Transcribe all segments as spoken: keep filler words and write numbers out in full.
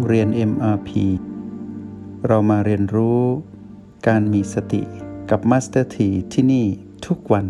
เรียน เอ็ม อาร์ พี เรามาเรียนรู้การมีสติกับ Master T ที่นี่ทุกวัน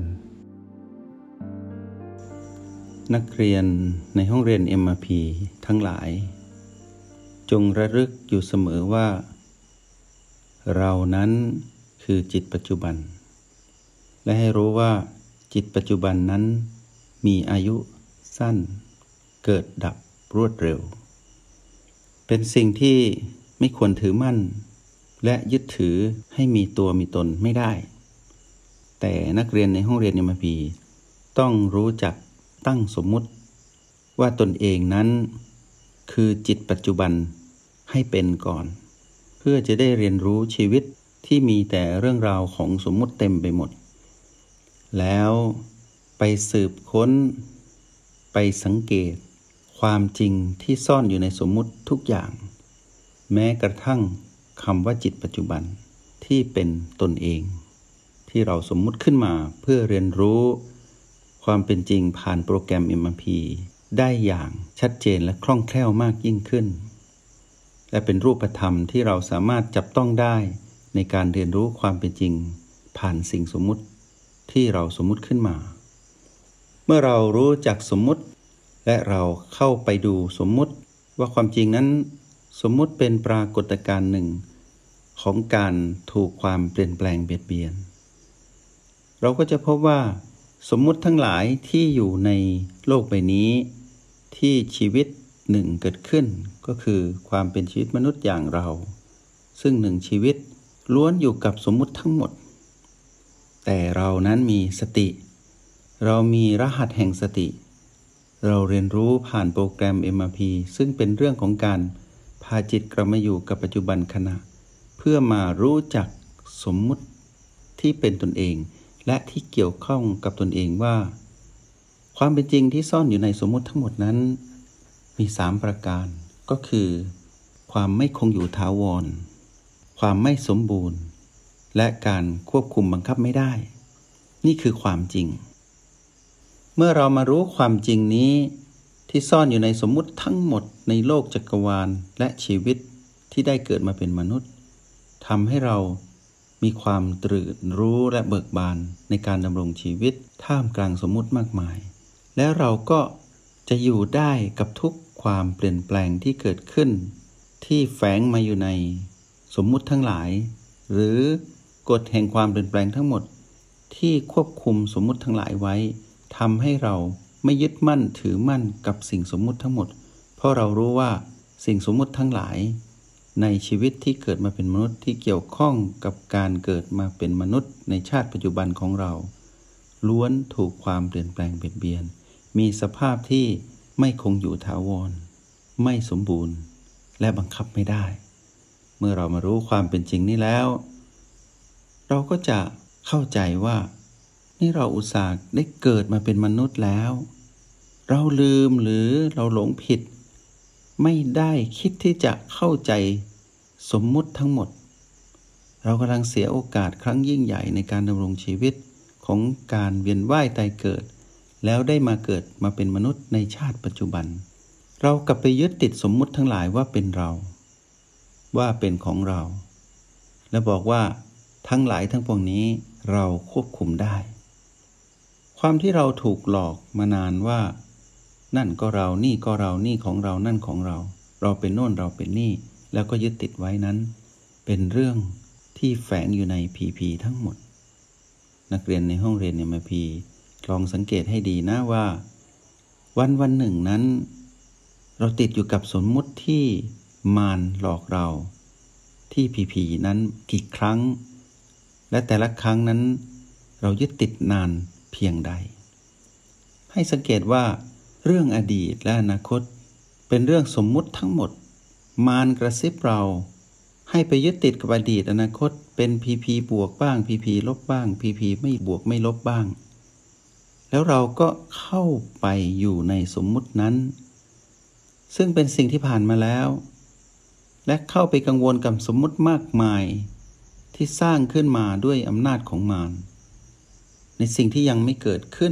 นักเรียนในห้องเรียน เอ็ม อาร์ พี ทั้งหลายจงระลึกอยู่เสมอว่าเรานั้นคือจิตปัจจุบันและให้รู้ว่าจิตปัจจุบันนั้นมีอายุสั้นเกิดดับรวดเร็วเป็นสิ่งที่ไม่ควรถือมั่นและยึดถือให้มีตัวมีตนไม่ได้แต่นักเรียนในห้องเรียน เอ็ม อาร์ พี ต้องรู้จักตั้งสมมุติว่าตนเองนั้นคือจิตปัจจุบันให้เป็นก่อนเพื่อจะได้เรียนรู้ชีวิตที่มีแต่เรื่องราวของสมมุติเต็มไปหมดแล้วไปสืบค้นไปสังเกตความจริงที่ซ่อนอยู่ในสมมุติทุกอย่างแม้กระทั่งคำว่าจิตปัจจุบันที่เป็นตนเองที่เราสมมุติขึ้นมาเพื่อเรียนรู้ความเป็นจริงผ่านโปรแกรม เอ็ม อาร์ พี ได้อย่างชัดเจนและคล่องแคล่วมากยิ่งขึ้นและเป็นรูปธรรมที่เราสามารถจับต้องได้ในการเรียนรู้ความเป็นจริงผ่านสิ่งสมมุติที่เราสมมุติขึ้นมาเมื่อเรารู้จักสมมุติและเราเข้าไปดูสมมุติว่าความจริงนั้นสมมุติเป็นปรากฏการณ์หนึ่งของการถูกความเปลี่ยนแปลงเบียดเบียนเราก็จะพบว่าสมมุติทั้งหลายที่อยู่ในโลกใบนี้ที่ชีวิตหนึ่งเกิดขึ้นก็คือความเป็นชีวิตมนุษย์อย่างเราซึ่งหนึ่งชีวิตล้วนอยู่กับสมมุติทั้งหมดแต่เรานั้นมีสติเรามีรหัสแห่งสติเราเรียนรู้ผ่านโปรแกรม เอ็ม อาร์ พี ซึ่งเป็นเรื่องของการพาจิตกลับมาอยู่กับปัจจุบันขณะเพื่อมารู้จักสมมุติที่เป็นตนเองและที่เกี่ยวข้องกับตนเองว่าความเป็นจริงที่ซ่อนอยู่ในสมมุติทั้งหมดนั้นมีสามประการก็คือความไม่คงอยู่ถาวรความไม่สมบูรณ์และการควบคุมบังคับไม่ได้นี่คือความจริงเมื่อเรามารู้ความจริงนี้ที่ซ่อนอยู่ในสมมุติทั้งหมดในโลกจักรวาลและชีวิตที่ได้เกิดมาเป็นมนุษย์ทำให้เรามีความตื่นรู้และเบิกบานในการดำรงชีวิตท่ามกลางสมมุติมากมายแล้วเราก็จะอยู่ได้กับทุกความเปลี่ยนแปลงที่เกิดขึ้นที่แฝงมาอยู่ในสมมุติทั้งหลายหรือกฎแห่งความเปลี่ยนแปลงทั้งหมดที่ควบคุมสมมุติทั้งหลายไว้ทำให้เราไม่ยึดมั่นถือมั่นกับสิ่งสมมุติทั้งหมดเพราะเรารู้ว่าสิ่งสมมุติทั้งหลายในชีวิตที่เกิดมาเป็นมนุษย์ที่เกี่ยวข้องกับการเกิดมาเป็นมนุษย์ในชาติปัจจุบันของเราล้วนถูกความเปลี่ยนแปลงเบียดเบียนมีสภาพที่ไม่คงอยู่ถาวรไม่สมบูรณ์และบังคับไม่ได้เมื่อเรามารู้ความเป็นจริงนี้แล้วเราก็จะเข้าใจว่านี่เราอุตส่าห์ได้เกิดมาเป็นมนุษย์แล้วเราลืมหรือเราหลงผิดไม่ได้คิดที่จะเข้าใจสมมุติทั้งหมดเรากำลังเสียโอกาสครั้งยิ่งใหญ่ในการดำรงชีวิตของการเวียนว่ายตายเกิดแล้วได้มาเกิดมาเป็นมนุษย์ในชาติปัจจุบันเรากลับไปยึดติดสมมุติทั้งหลายว่าเป็นเราว่าเป็นของเราและบอกว่าทั้งหลายทั้งปวงนี้เราควบคุมได้ความที่เราถูกหลอกมานานว่านั่นก็เรานี่ก็เรานี่ของเรานั่นของเราเราเป็นโน่นเราเป็นนี่แล้วก็ยึดติดไว้นั้นเป็นเรื่องที่แฝงอยู่ใน พี พี ทั้งหมดนักเรียนในห้องเรียน เอ็ม อาร์ พี ลองสังเกตให้ดีนะว่าวันวันหนึ่งนั้นเราติดอยู่กับสมมุติที่มารหลอกเราที่ พี พี นั้นกี่ครั้งและแต่ละครั้งนั้นเรายึดติดนานเพียงใดให้สังเกตว่าเรื่องอดีตและอนาคตเป็นเรื่องสมมุติทั้งหมดมารกระซิบเราให้ไปยึดติดกับอดีตอนาคตเป็น พี พี บวกบ้าง พี พี ลบบ้าง พี พี ไม่บวกไม่ลบบ้างแล้วเราก็เข้าไปอยู่ในสมมุตินั้นซึ่งเป็นสิ่งที่ผ่านมาแล้วและเข้าไปกังวลกับสมมุติมากมายที่สร้างขึ้นมาด้วยอำนาจของมารในสิ่งที่ยังไม่เกิดขึ้น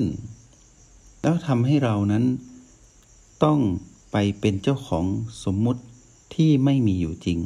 แล้วทำให้เรานั้นต้องไปเป็นเจ้าของสมมุติที่ไม่มีอยู่จริง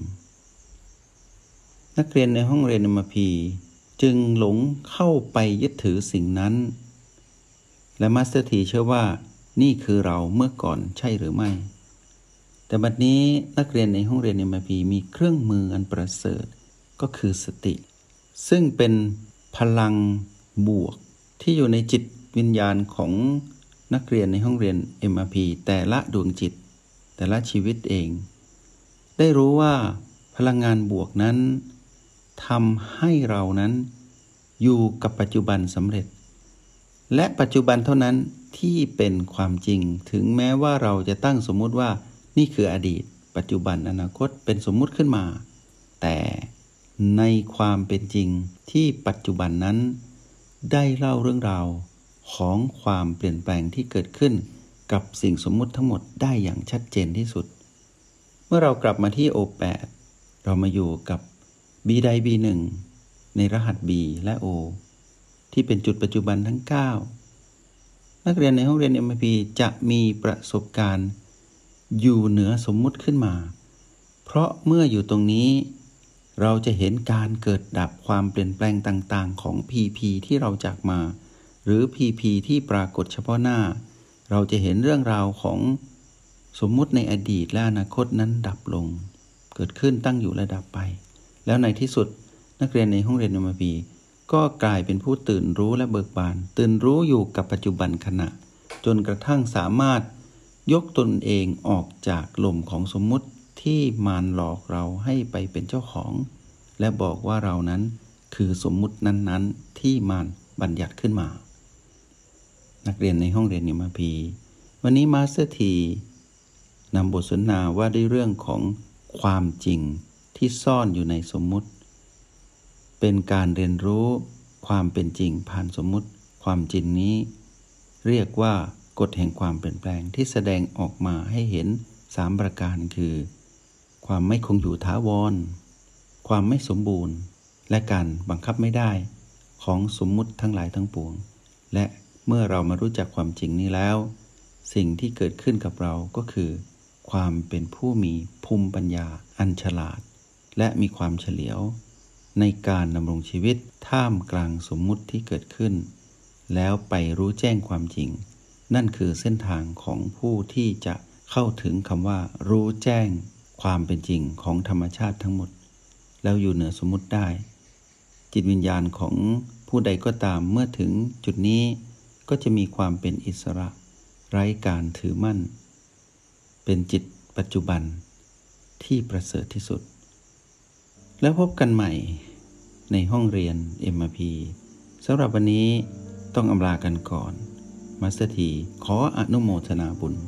นักเรียนในห้องเรียน เอ็ม อาร์ พี จึงหลงเข้าไปยึดถือสิ่งนั้นและมาสเตอร์ทีเชื่อว่านี่คือเราเมื่อก่อนใช่หรือไม่แต่บัดนี้นักเรียนในห้องเรียน เอ็ม อาร์ พี มีเครื่องมืออันประเสริฐก็คือสติซึ่งเป็นพลังบวกที่อยู่ในจิตวิญญาณของนักเรียนในห้องเรียน เอ็ม อาร์ พี แต่ละดวงจิตแต่ละชีวิตเองได้รู้ว่าพลังงานบวกนั้นทำให้เรานั้นอยู่กับปัจจุบันสำเร็จและปัจจุบันเท่านั้นที่เป็นความจริงถึงแม้ว่าเราจะตั้งสมมุติว่านี่คืออดีตปัจจุบันอนาคตเป็นสมมุติขึ้นมาแต่ในความเป็นจริงที่ปัจจุบันนั้นได้เล่าเรื่องราวของความเปลี่ยนแปลงที่เกิดขึ้นกับสิ่งสมมุติทั้งหมดได้อย่างชัดเจนที่สุดเมื่อเรากลับมาที่ โอ แปด เรามาอยู่กับ B ใด บี หนึ่ง ในรหัส B และ O ที่เป็นจุดปัจจุบันทั้งเก้านักเรียนในห้องเรียน เอ็ม อาร์ พี จะมีประสบการณ์อยู่เหนือสมมุติขึ้นมาเพราะเมื่ออยู่ตรงนี้เราจะเห็นการเกิดดับความเปลี่ยนแปลงต่างๆของ พี พี ที่เราจากมาหรือ พี พี ที่ปรากฏเฉพาะหน้าเราจะเห็นเรื่องราวของสมมุติในอดีตและอนาคตนั้นดับลงเกิดขึ้นตั้งอยู่และดับไปแล้วในที่สุดนักเรียนในห้องเรียน เอ็ม อาร์ พี ก็กลายเป็นผู้ตื่นรู้และเบิกบานตื่นรู้อยู่กับปัจจุบันขณะจนกระทั่งสามารถยกตนเองออกจากลมของสมมุติที่มารหลอกเราให้ไปเป็นเจ้าของและบอกว่าเรานั้นคือสมมุตินั้นๆที่มารบัญญัติขึ้นมานักเรียนในห้องเรียน เอ็ม อาร์ พี วันนี้มาสเตอร์ทีนำบทสนทนาว่าด้วยเรื่องของความจริงที่ซ่อนอยู่ในสมมุติเป็นการเรียนรู้ความเป็นจริงผ่านสมมุติความจริงนี้เรียกว่ากฎแห่งความเปลี่ยนแปลงที่แสดงออกมาให้เห็นสามประการคือความไม่คงอยู่ถาวรความไม่สมบูรณ์และการบังคับไม่ได้ของสมมุติทั้งหลายทั้งปวงและเมื่อเรามารู้จักความจริงนี้แล้วสิ่งที่เกิดขึ้นกับเราก็คือความเป็นผู้มีภูมิปัญญาอันฉลาดและมีความเฉลียวในการดำรงชีวิตท่ามกลางสมมุติที่เกิดขึ้นแล้วไปรู้แจ้งความจริงนั่นคือเส้นทางของผู้ที่จะเข้าถึงคำว่ารู้แจ้งความเป็นจริงของธรรมชาติทั้งหมดแล้วอยู่เหนือสมมุติได้จิตวิญญาณของผู้ใดก็ตามเมื่อถึงจุดนี้ก็จะมีความเป็นอิสระไร้การถือมั่นเป็นจิตปัจจุบันที่ประเสริฐที่สุดแล้วพบกันใหม่ในห้องเรียน เอ็ม อาร์ พี สำหรับวันนี้ต้องอำลากันก่อนมาสเตอร์ทีขออนุโมทนาบุญ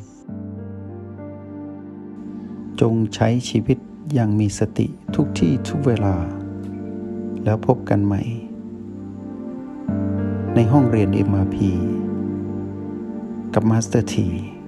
จงใช้ชีวิตอย่างมีสติทุกที่ทุกเวลาแล้วพบกันใหม่ในห้องเรียน เอ็ม อาร์ พี กับมาสเตอร์ที